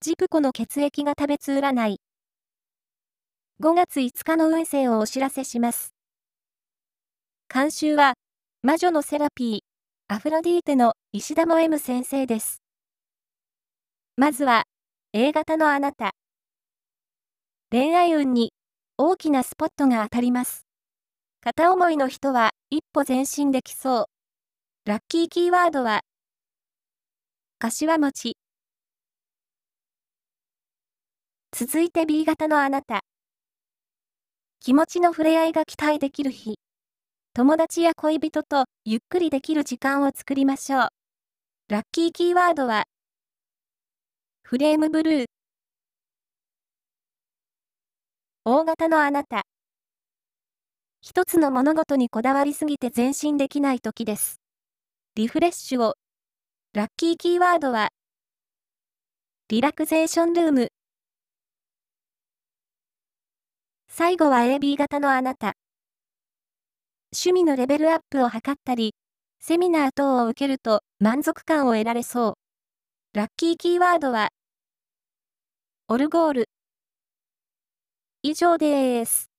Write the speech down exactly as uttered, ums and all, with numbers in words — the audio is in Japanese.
ジプコの血液が食べつ占い。ごがついつかの運勢をお知らせします。監修は、魔女のセラピー、アフロディーテの石田も M 先生です。まずは、A 型のあなた。恋愛運に大きなスポットが当たります。片思いの人は一歩前進できそう。ラッキーキーワードは、柏餅。続いて B 型のあなた。気持ちの触れ合いが期待できる日。友達や恋人とゆっくりできる時間を作りましょう。ラッキーキーワードは、フレームブルー。O 型のあなた。一つの物事にこだわりすぎて前進できない時です。リフレッシュを。ラッキーキーワードは、リラクゼーションルーム。最後は エービー 型のあなた。趣味のレベルアップを図ったり、セミナー等を受けると満足感を得られそう。ラッキーキーワードは、オルゴール。以上です。